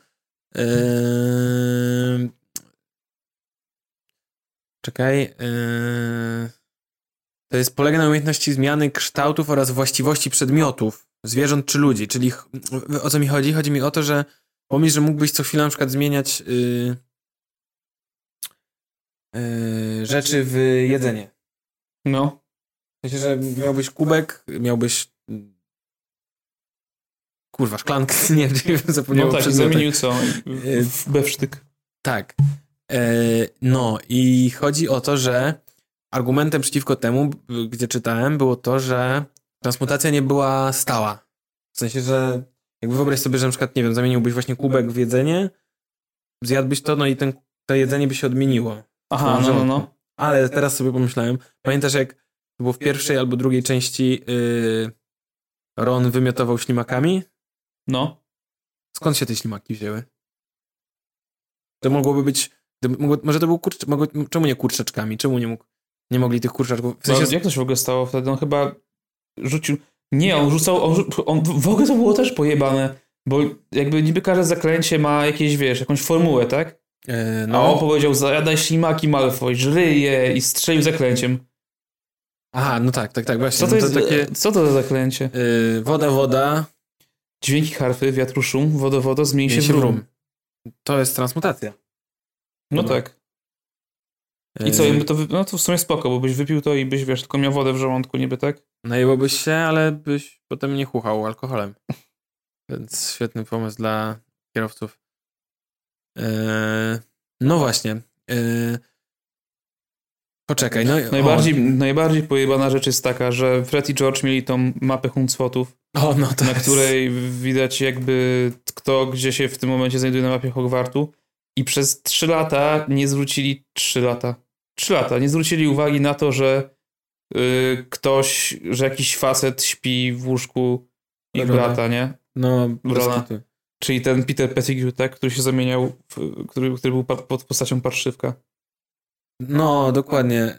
Speaker 4: Czekaj... To jest polega na umiejętności zmiany kształtów oraz właściwości przedmiotów. zwierząt czy ludzi, czyli o co mi chodzi? Chodzi mi o to, że pomyśl, że mógłbyś co chwilę na przykład zmieniać rzeczy w jedzenie.
Speaker 1: No.
Speaker 4: W sensie, że miałbyś kubek, miałbyś szklankę, nie wiem, zapomniałem.
Speaker 1: No tak, zamienił co? W bewsztyk.
Speaker 4: Tak. No i chodzi o to, że argumentem przeciwko temu, gdzie czytałem, było to, że transmutacja nie była stała. W sensie, że jakby wyobraź sobie, że na przykład, nie wiem, zamieniłbyś właśnie kubek w jedzenie, zjadłbyś to, no i to jedzenie by się odmieniło.
Speaker 1: Aha, no.
Speaker 4: Ale teraz sobie pomyślałem, pamiętasz jak to było w pierwszej albo drugiej części Ron wymiotował ślimakami?
Speaker 1: No.
Speaker 4: Skąd się te ślimaki wzięły? To mogłoby być, może to był czemu nie kurczaczkami? Czemu nie mogli tych kurczaczków? W sensie,
Speaker 1: jak to się w ogóle stało wtedy? On chyba rzucił... Nie, on rzucał... On w ogóle to było też pojebane, bo jakby niby każde zaklęcie ma jakieś, wiesz, jakąś formułę, tak?
Speaker 4: no.
Speaker 1: A on powiedział, zajadaj ślimaki, Malfoy, żryj je i strzelił zaklęciem.
Speaker 4: Aha, no tak, właśnie.
Speaker 1: Co to za zaklęcie?
Speaker 4: Woda.
Speaker 1: Dźwięki harfy, wiatru szum, wodo, zmieni się w rum.
Speaker 4: To jest transmutacja.
Speaker 1: No tak. I co, to w sumie spoko, bo byś wypił to i byś, wiesz, tylko miał wodę w żołądku niby, tak?
Speaker 4: Najebałbyś się, ale byś potem nie chuchał alkoholem. Więc świetny pomysł dla kierowców. No właśnie. Poczekaj.
Speaker 1: Najbardziej pojebana rzecz jest taka, że Fred i George mieli tą mapę Huncwotów, na której widać jakby kto gdzie się w tym momencie znajduje na mapie Hogwartu i przez 3 lata nie zwrócili 3 lata nie zwrócili uwagi na to, że że jakiś facet śpi w łóżku ich brata, nie?
Speaker 4: No,
Speaker 1: Rona. Czyli ten Peter Pettigrew, tak? Który się zamieniał, który był pod postacią parszywka.
Speaker 4: No, dokładnie.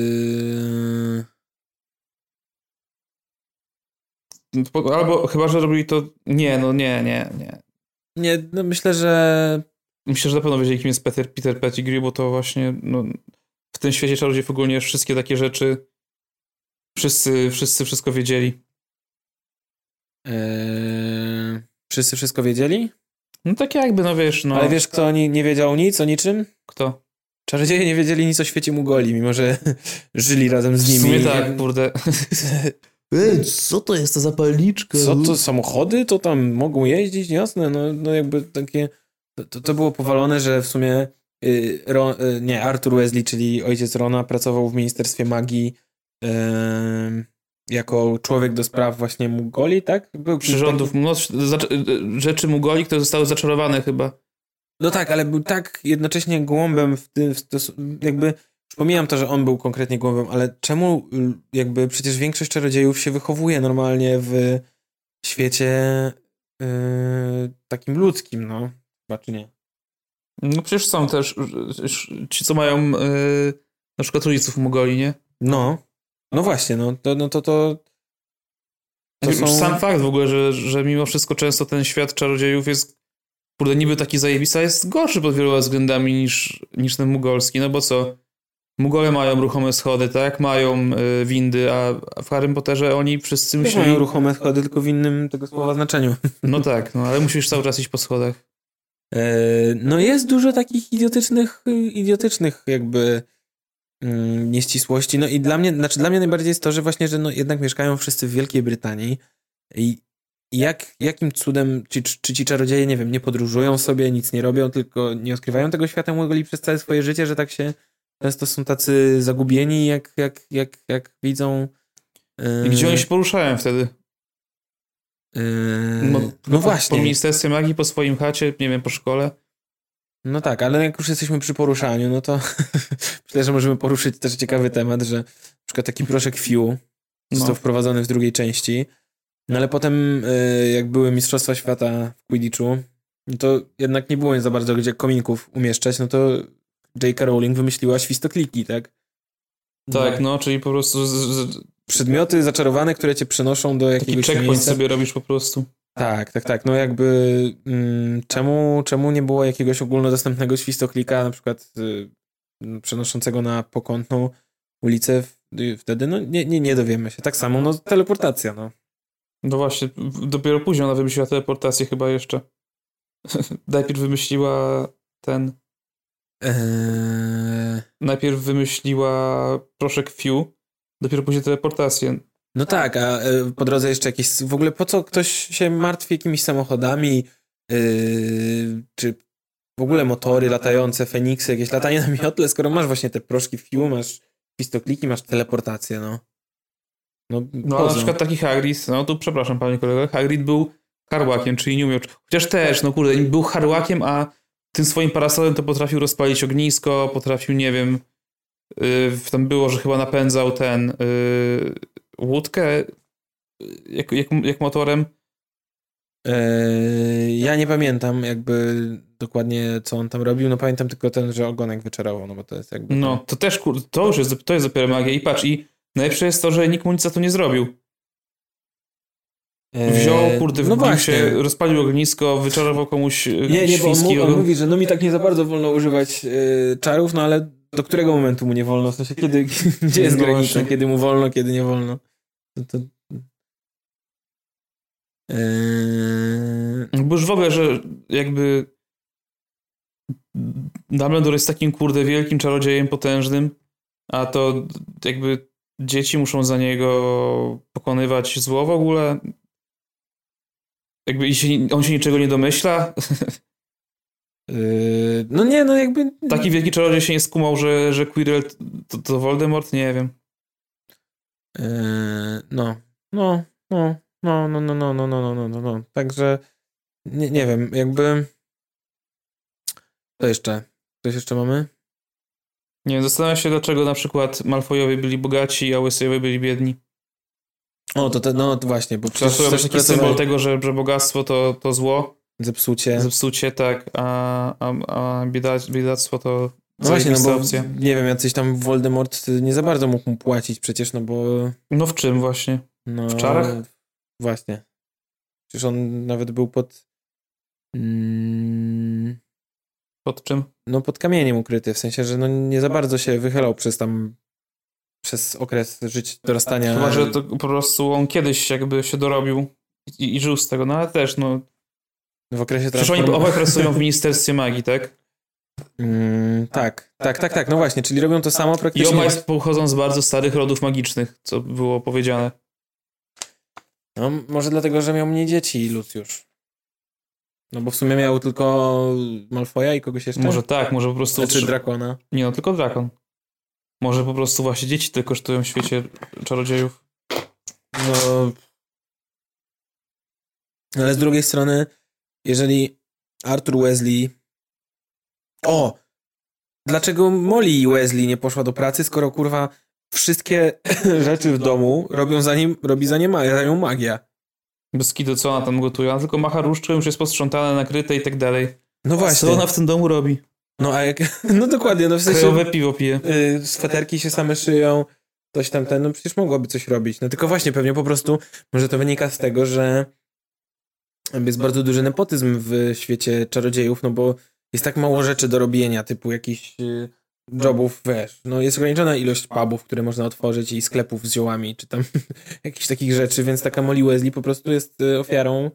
Speaker 1: Albo chyba, że robili to... Nie.
Speaker 4: Nie, no myślę, że
Speaker 1: na pewno wiedzieli, kim jest Peter Pettigrew, bo to właśnie w tym świecie czarodziejów ogólnie wszystkie takie rzeczy wszyscy wszystko wiedzieli.
Speaker 4: Wszyscy wszystko wiedzieli?
Speaker 1: No tak jakby, no wiesz, no...
Speaker 4: Ale wiesz, kto nie wiedział nic o niczym?
Speaker 1: Kto?
Speaker 4: Czarodzieje nie wiedzieli nic o świecie Mugoli, mimo że żyli razem z nimi.
Speaker 1: W sumie tak, kurde. Co to jest ta zapalniczka?
Speaker 4: Co to, samochody? To tam mogą jeździć? Jasne, no jakby takie... To było powalone, że w sumie Arthur Weasley, czyli ojciec Rona, pracował w Ministerstwie Magii jako człowiek do spraw właśnie Mugoli, tak?
Speaker 1: Przyrządów, rzeczy Mugoli, które zostały zaczarowane chyba.
Speaker 4: No tak, ale był tak jednocześnie gołąbem jakby, już pomijam to, że on był konkretnie gołąbem, ale czemu jakby przecież większość czarodziejów się wychowuje normalnie w świecie takim ludzkim, no. Chyba czy nie?
Speaker 1: No przecież są też ci, co mają na przykład rodziców Mugoli, nie?
Speaker 4: No właśnie, to są...
Speaker 1: Sam fakt w ogóle, że mimo wszystko często ten świat czarodziejów jest kurde niby taki zajebista, jest gorszy pod wieloma względami niż ten mugolski, no bo co? Mugole mają ruchome schody, tak? Mają windy, a w Harrym Potterze oni wszyscy musieli...
Speaker 4: mają ruchome schody, tylko w innym tego słowa znaczeniu.
Speaker 1: No tak, ale musisz cały czas iść po schodach.
Speaker 4: No jest dużo takich idiotycznych jakby nieścisłości. No i dla mnie najbardziej jest to, że właśnie, że jednak mieszkają wszyscy w Wielkiej Brytanii i jakim cudem czy ci czarodzieje, nie wiem, nie podróżują sobie, nic nie robią, tylko nie odkrywają tego świata Mugoli przez całe swoje życie, że tak się często są tacy zagubieni, jak widzą...
Speaker 1: I gdzie oni się poruszają wtedy?
Speaker 4: No właśnie.
Speaker 1: Po Ministerstwie Magii, po swoim chacie, nie wiem, po szkole.
Speaker 4: No tak, ale jak już jesteśmy przy poruszaniu, no to myślę, że możemy poruszyć też ciekawy temat, że na przykład taki proszek Fiu został wprowadzony w drugiej części, no ale potem jak były Mistrzostwa Świata w Quidditchu, no to jednak nie było za bardzo gdzie kominków umieszczać, no to J.K. Rowling wymyśliła świstokliki, tak?
Speaker 1: Tak, czyli po prostu...
Speaker 4: Przedmioty zaczarowane, które cię przenoszą do jakiegoś miejsca. Taki checkpoint
Speaker 1: sobie robisz po prostu.
Speaker 4: Tak. No jakby czemu nie było jakiegoś ogólnodostępnego świstoklika, na przykład przenoszącego na pokątną ulicę wtedy? No nie dowiemy się. Tak samo, teleportacja, no.
Speaker 1: No właśnie, dopiero później ona wymyśliła teleportację chyba jeszcze. Najpierw wymyśliła Najpierw wymyśliła proszek Fiu, dopiero później teleportację.
Speaker 4: No tak, a po drodze jeszcze jakieś... W ogóle po co ktoś się martwi jakimiś samochodami, czy w ogóle motory latające, Feniksy, jakieś latanie na miotle, skoro masz właśnie te proszki Fiu, masz pistokliki, masz teleportację, no.
Speaker 1: No a na przykład taki Hagrid, no tu przepraszam panie kolego, Hagrid był harłakiem, czyli nie umiał... Chociaż też, no kurde, był harłakiem, a tym swoim parasolem to potrafił rozpalić ognisko, potrafił, nie wiem, tam było, że chyba napędzał łódkę jak motorem.
Speaker 4: Ja nie pamiętam jakby dokładnie co on tam robił, no pamiętam tylko że ogonek wyczarował, no bo to jest jakby...
Speaker 1: No, to też, to jest dopiero magia i patrz, i najlepsze jest to, że nikt mu nic za to nie zrobił. Wziął, wbił się, rozpalił ognisko, wyczarował komuś
Speaker 4: Nie, bo on mówi, że no mi tak nie za bardzo wolno używać czarów, no ale do którego momentu mu nie wolno? W sensie, gdzie jest granica, kiedy mu wolno, kiedy nie wolno?
Speaker 1: Bo już w ogóle, że jakby Dumbledore jest takim wielkim czarodziejem potężnym, a to jakby dzieci muszą za niego pokonywać zło w ogóle. Jakby on się niczego nie domyśla.
Speaker 4: No nie, no jakby...
Speaker 1: Taki wielki czarodziej się nie skumał, że Quirrell to Voldemort? Nie wiem.
Speaker 4: No. Także nie wiem, jakby... Coś jeszcze mamy?
Speaker 1: Nie wiem, zastanawiam się, dlaczego na przykład Malfoyowie byli bogaci, a Weasleyowie byli biedni.
Speaker 4: O, no właśnie, bo
Speaker 1: przecież to jest taki symbol tego, że bogactwo to zło.
Speaker 4: Zepsucie,
Speaker 1: tak, a biedactwo to
Speaker 4: no właśnie, no bo
Speaker 1: opcja.
Speaker 4: Nie wiem, jacyś tam Voldemort nie za bardzo mógł mu płacić przecież, no bo...
Speaker 1: No w czym właśnie?
Speaker 4: No,
Speaker 1: w czarach?
Speaker 4: Właśnie. Przecież on nawet był pod...
Speaker 1: Pod czym?
Speaker 4: No pod kamieniem ukryty, w sensie, że no nie za bardzo się wychylał przez okres dorastania.
Speaker 1: Chyba, że to po prostu on kiedyś jakby się dorobił i żył z tego, no ale też, no...
Speaker 4: W okresie
Speaker 1: Przecież oni obaj pracują w Ministerstwie Magii, tak?
Speaker 4: Tak, no właśnie, czyli robią to samo praktycznie.
Speaker 1: I obaj pochodzą z bardzo starych rodów magicznych, co było powiedziane.
Speaker 4: No może dlatego, że miał mniej dzieci Luciusz. No bo w sumie miał tylko Malfoya i kogoś jeszcze?
Speaker 1: Może tak, może po prostu...
Speaker 4: Znaczy Drakona.
Speaker 1: Nie, no tylko Drakon. Może po prostu właśnie dzieci tylko kosztują w świecie czarodziejów.
Speaker 4: No... Ale z drugiej strony, jeżeli Arthur Weasley... Dlaczego Molly Weasley nie poszła do pracy, skoro kurwa wszystkie rzeczy w domu robi za nią magia?
Speaker 1: Bez kitu, co ona tam gotuje? Ona tylko macha różdżką, już jest posprzątane, nakryte i tak dalej.
Speaker 4: No właśnie.
Speaker 1: Co ona w tym domu robi?
Speaker 4: No a jak... No dokładnie, no w sensie...
Speaker 1: Krajowe piwo pije.
Speaker 4: Sweterki się same szyją, coś tam no przecież mogłaby coś robić. No tylko właśnie pewnie po prostu może to wynika z tego, że jest bardzo duży nepotyzm w świecie czarodziejów, no bo jest tak mało rzeczy do robienia, typu jakichś jobów, wiesz, no jest ograniczona ilość pubów, które można otworzyć i sklepów z ziołami, czy tam jakichś takich rzeczy, więc taka Molly Weasley po prostu jest ofiarą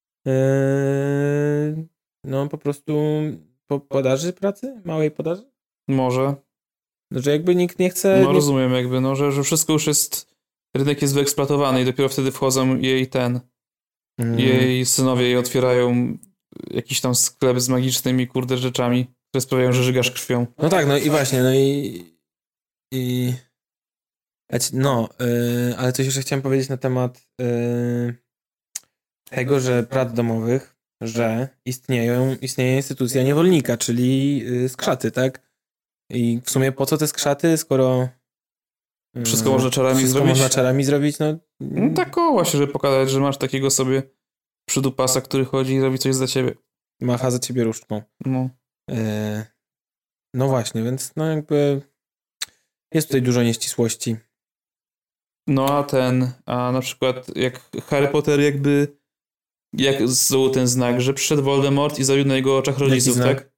Speaker 4: no po prostu podaży pracy? Małej podaży?
Speaker 1: Może.
Speaker 4: No, że jakby nikt nie chce...
Speaker 1: No rozumiem jakby, no, że wszystko już jest... Rynek jest wyeksploatowany i dopiero wtedy wchodzą jej synowie jej otwierają jakiś tam sklep z magicznymi rzeczami, które sprawiają, że żygasz krwią.
Speaker 4: No tak, no i właśnie, no ale coś jeszcze chciałem powiedzieć na temat tego, że prac domowych, że istnieje instytucja niewolnika, czyli skrzaty, tak? I w sumie po co te skrzaty, skoro
Speaker 1: wszystko można czarami
Speaker 4: zrobić? No
Speaker 1: tak właśnie, żeby pokazać, że masz takiego sobie przydupasa, który chodzi i robi coś za ciebie.
Speaker 4: Macha za ciebie różdżką.
Speaker 1: No.
Speaker 4: No właśnie, więc no jakby jest tutaj dużo nieścisłości.
Speaker 1: No a na przykład jak Harry Potter jak zdobył ten znak, że przyszedł Voldemort i zabił na jego oczach rodziców, tak?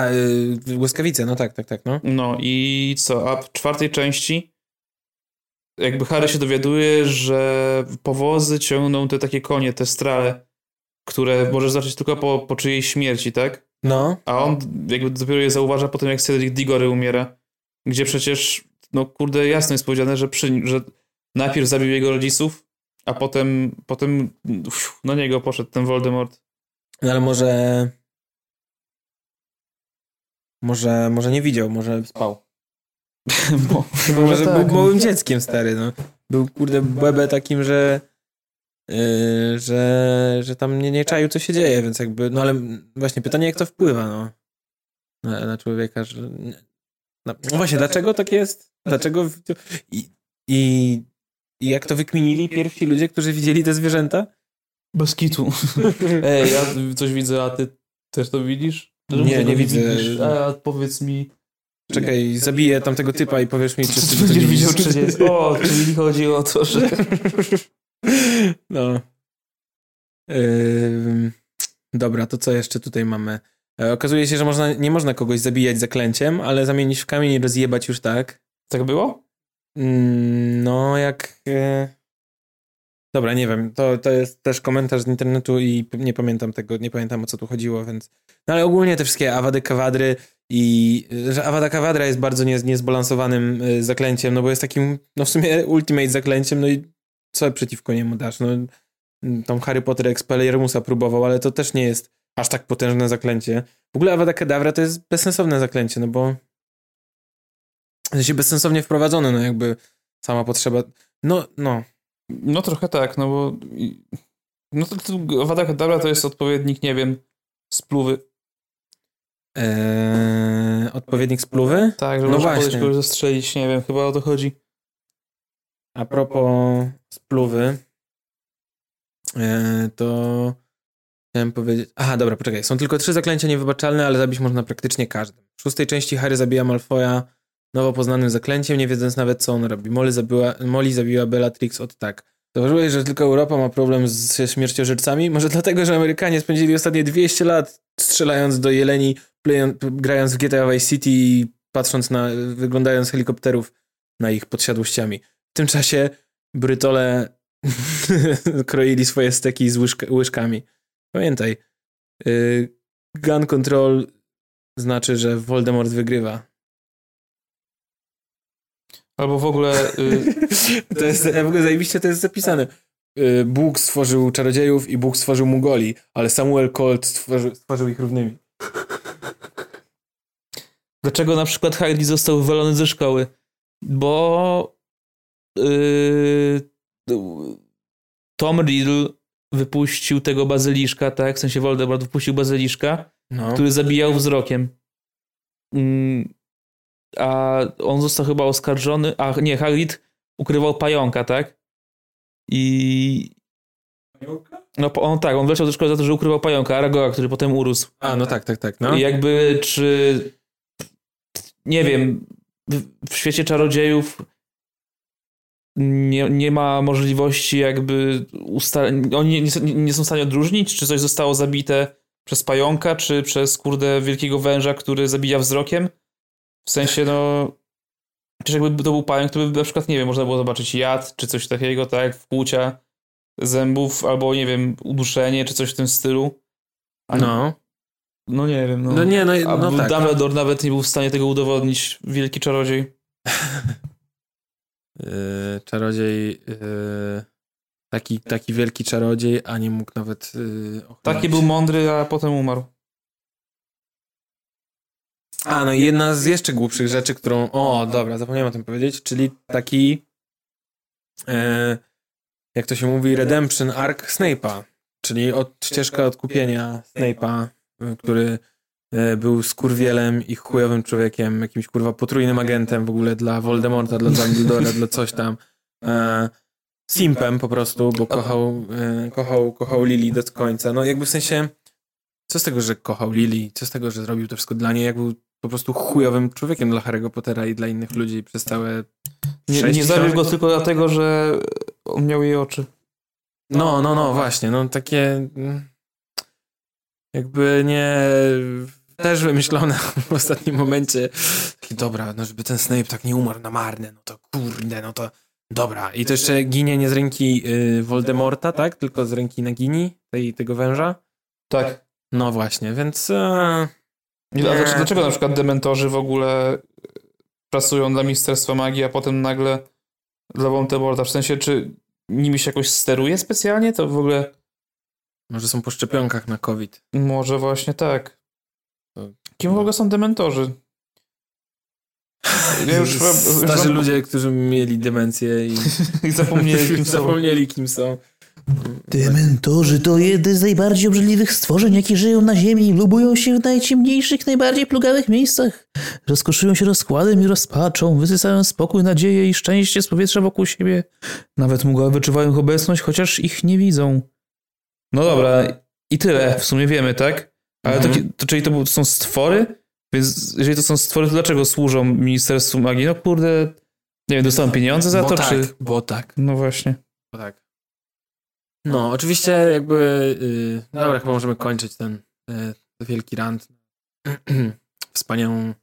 Speaker 4: Błyskawice, no tak, no.
Speaker 1: No i co? A w czwartej części jakby Harry się dowiaduje, że powozy ciągną te takie konie, te strale, które możesz zacząć tylko po czyjejś śmierci, tak?
Speaker 4: No.
Speaker 1: A on jakby dopiero je zauważa po tym, jak Cedric Diggory umiera. Gdzie przecież, no kurde, jasno jest powiedziane, że najpierw zabił jego rodziców, a potem na niego poszedł ten Voldemort.
Speaker 4: No ale może nie widział, może spał. Może
Speaker 1: tak.
Speaker 4: był małym dzieckiem, stary, no. Był, kurde, błębę takim, że tam nie czaił, co się dzieje, więc jakby, no ale właśnie pytanie, jak to wpływa, no, na człowieka, że... No właśnie, dlaczego tak jest? Dlaczego... I jak to wykminili pierwsi ludzie, którzy widzieli te zwierzęta?
Speaker 1: Bez kitu. Ej, ja coś widzę, a ty też to widzisz?
Speaker 4: Nie widzę.
Speaker 1: Widzisz? A powiedz mi...
Speaker 4: Czekaj, zabiję tamtego typa i powiesz mi, czy ty to
Speaker 1: będziesz
Speaker 4: widzisz.
Speaker 1: widział, czy nie. O, czyli chodzi o to, że...
Speaker 4: No. Dobra, to co jeszcze tutaj mamy? Okazuje się, że nie można kogoś zabijać zaklęciem, ale zamienić w kamień i rozjebać już tak.
Speaker 1: Tak było?
Speaker 4: No, jak... Dobra, nie wiem. To jest też komentarz z internetu i nie pamiętam tego, nie pamiętam, o co tu chodziło, więc... No ale ogólnie te wszystkie Avada Kedavry i... że Avada Kedavra jest bardzo niezbalansowanym zaklęciem, no bo jest takim, no w sumie ultimate zaklęciem, no i co przeciwko niemu dasz? No tam Harry Potter Expelliarmusa próbował, ale to też nie jest aż tak potężne zaklęcie. W ogóle Avada Kedavra to jest bezsensowne zaklęcie, no bo jest bezsensownie wprowadzone, no jakby sama potrzeba... No
Speaker 1: trochę tak, no bo... No to Avada Kedavra to jest odpowiednik, nie wiem, spluwy.
Speaker 4: Odpowiednik spluwy?
Speaker 1: Tak, że
Speaker 4: no
Speaker 1: można
Speaker 4: właśnie
Speaker 1: kogoś zastrzelić, nie wiem, chyba o to chodzi.
Speaker 4: A propos spluwy, to chciałem powiedzieć... Aha, dobra, poczekaj. Są tylko 3 zaklęcia niewybaczalne, ale zabić można praktycznie każdym. W 6. części Harry zabija Malfoya nowo poznanym zaklęciem, nie wiedząc nawet, co on robi. Molly zabiła Bellatrix od tak. Zauważyłeś, że tylko Europa ma problem ze śmierciożercami? Może dlatego, że Amerykanie spędzili ostatnie 200 lat strzelając do jeleni, grając w GTA Vice City i wyglądając z helikopterów na ich podsiadłościami. W tym czasie Brytole kroili swoje steki z łyżkami. Pamiętaj, gun control znaczy, że Voldemort wygrywa.
Speaker 1: Albo w ogóle...
Speaker 4: To jest, w ogóle zajebiście to jest zapisane. Bóg stworzył czarodziejów i Bóg stworzył Mugoli, ale Samuel Colt stworzył ich równymi.
Speaker 1: Dlaczego na przykład Hagrid został wywalony ze szkoły? Bo Tom Riddle wypuścił tego bazyliszka, tak? W sensie Voldemort wypuścił bazyliszka, który zabijał wzrokiem. A on został chyba oskarżony, Hagrid ukrywał pająka, tak? Pająka? No on wleciał do szkoły za to, że ukrywał pająka, Aragorna, który potem urósł.
Speaker 4: A, no tak. No.
Speaker 1: I jakby, czy nie wiem, w świecie czarodziejów nie ma możliwości jakby oni nie są w stanie odróżnić, czy coś zostało zabite przez pająka, czy przez wielkiego węża, który zabija wzrokiem. W sensie, przecież jakby to był pająk, to by na przykład, nie wiem, można było zobaczyć jad, czy coś takiego, tak, wkłucia zębów, albo, nie wiem, uduszenie, czy coś w tym stylu. No nie wiem, tak. Dumbledore nawet nie był w stanie tego udowodnić, wielki czarodziej.
Speaker 4: Czarodziej, taki wielki czarodziej, a nie mógł nawet
Speaker 1: Taki był mądry, a potem umarł.
Speaker 4: No i jedna z jeszcze głupszych rzeczy, którą... dobra, zapomniałem o tym powiedzieć, czyli taki jak to się mówi, redemption arc Snape'a, czyli ścieżka odkupienia Snape'a, który był skurwielem i chujowym człowiekiem, jakimś potrójnym agentem w ogóle dla Voldemorta, dla Dumbledora, dla coś tam. Simpem po prostu, bo kochał Lily do końca. No jakby w sensie, co z tego, że kochał Lily, co z tego, że zrobił to wszystko dla niej, jak był po prostu chujowym człowiekiem dla Harry'ego Pottera i dla innych ludzi przez całe...
Speaker 1: Nie zabił go tylko dlatego, że on miał jej oczy.
Speaker 4: No, właśnie, takie jakby nie... Też wymyślone w ostatnim momencie. Taki, dobra, żeby ten Snape tak nie umarł na marne, to kurde, to Dobra, i to jeszcze ginie nie z ręki Voldemorta, tak? Tylko z ręki Nagini, tego węża?
Speaker 1: Tak.
Speaker 4: No właśnie, więc...
Speaker 1: A dlaczego na przykład dementorzy w ogóle pracują dla Ministerstwa Magii, a potem nagle dla Voldemorta? W sensie, czy nimi się jakoś steruje specjalnie? To w ogóle...
Speaker 4: Może są po szczepionkach na COVID.
Speaker 1: Może właśnie tak. Kim w ogóle są dementorzy? Ja już
Speaker 4: Starzy ludzie, którzy mieli demencję i
Speaker 1: zapomnieli
Speaker 4: kim są.
Speaker 5: Dementorzy to jedne z najbardziej obrzydliwych stworzeń, jakie żyją na ziemi i lubują się w najciemniejszych, najbardziej plugawych miejscach. Rozkoszują się rozkładem i rozpaczą, wysysają spokój, nadzieję i szczęście z powietrza wokół siebie. Nawet mgły wyczuwają ich obecność, chociaż ich nie widzą. No dobra, i tyle w sumie wiemy, tak? Ale czyli to są stwory? Więc jeżeli to są stwory, to dlaczego służą Ministerstwu Magii? No kurde, nie wiem, dostaną pieniądze za to,
Speaker 4: tak,
Speaker 1: czy...
Speaker 4: Bo tak.
Speaker 1: No właśnie.
Speaker 4: Bo tak. No, oczywiście jakby... dobra, chyba możemy kończyć ten wielki rant. Wspaniałą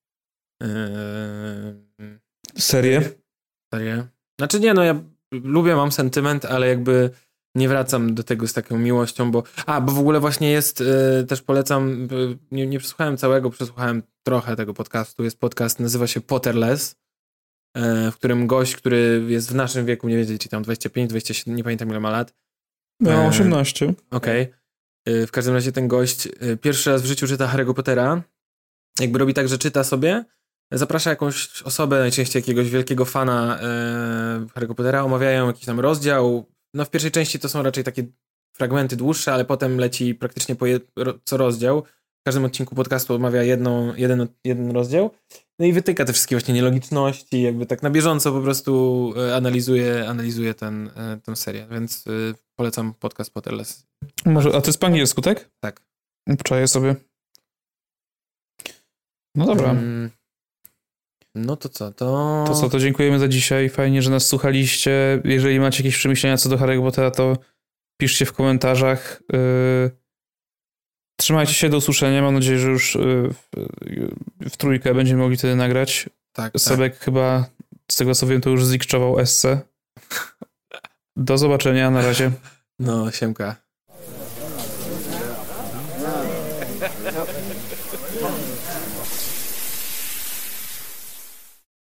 Speaker 1: Serię?
Speaker 4: Znaczy nie, no ja lubię, mam sentyment, ale jakby nie wracam do tego z taką miłością, bo w ogóle właśnie jest, też polecam, nie przesłuchałem całego, przesłuchałem trochę tego podcastu, jest podcast, nazywa się Potterless, w którym gość, który jest w naszym wieku, nie wiem, czy tam 25, 27, nie pamiętam ile ma lat.
Speaker 1: Miał 18.
Speaker 4: Okej. W każdym razie ten gość pierwszy raz w życiu czyta Harry'ego Pottera, jakby robi tak, że czyta sobie, zaprasza jakąś osobę, najczęściej jakiegoś wielkiego fana Harry'ego Pottera, omawiają jakiś tam rozdział. No w pierwszej części to są raczej takie fragmenty dłuższe, ale potem leci praktycznie co rozdział. W każdym odcinku podcastu omawia jeden rozdział. No i wytyka te wszystkie właśnie nielogiczności, jakby tak na bieżąco po prostu analizuje tę serię, więc polecam podcast Potterless.
Speaker 1: Może, a to jest po angielsku, tak?
Speaker 4: Tak.
Speaker 1: Czaję sobie. No dobra.
Speaker 4: No to co?
Speaker 1: To dziękujemy za dzisiaj. Fajnie, że nas słuchaliście. Jeżeli macie jakieś przemyślenia co do Harry'ego Pottera, to piszcie w komentarzach. Trzymajcie się, do usłyszenia. Mam nadzieję, że już w trójkę będziemy mogli wtedy nagrać.
Speaker 4: Tak.
Speaker 1: Sebek chyba, z tego co wiem, to już zlikczował essę. Do zobaczenia, na razie.
Speaker 4: No, siemka.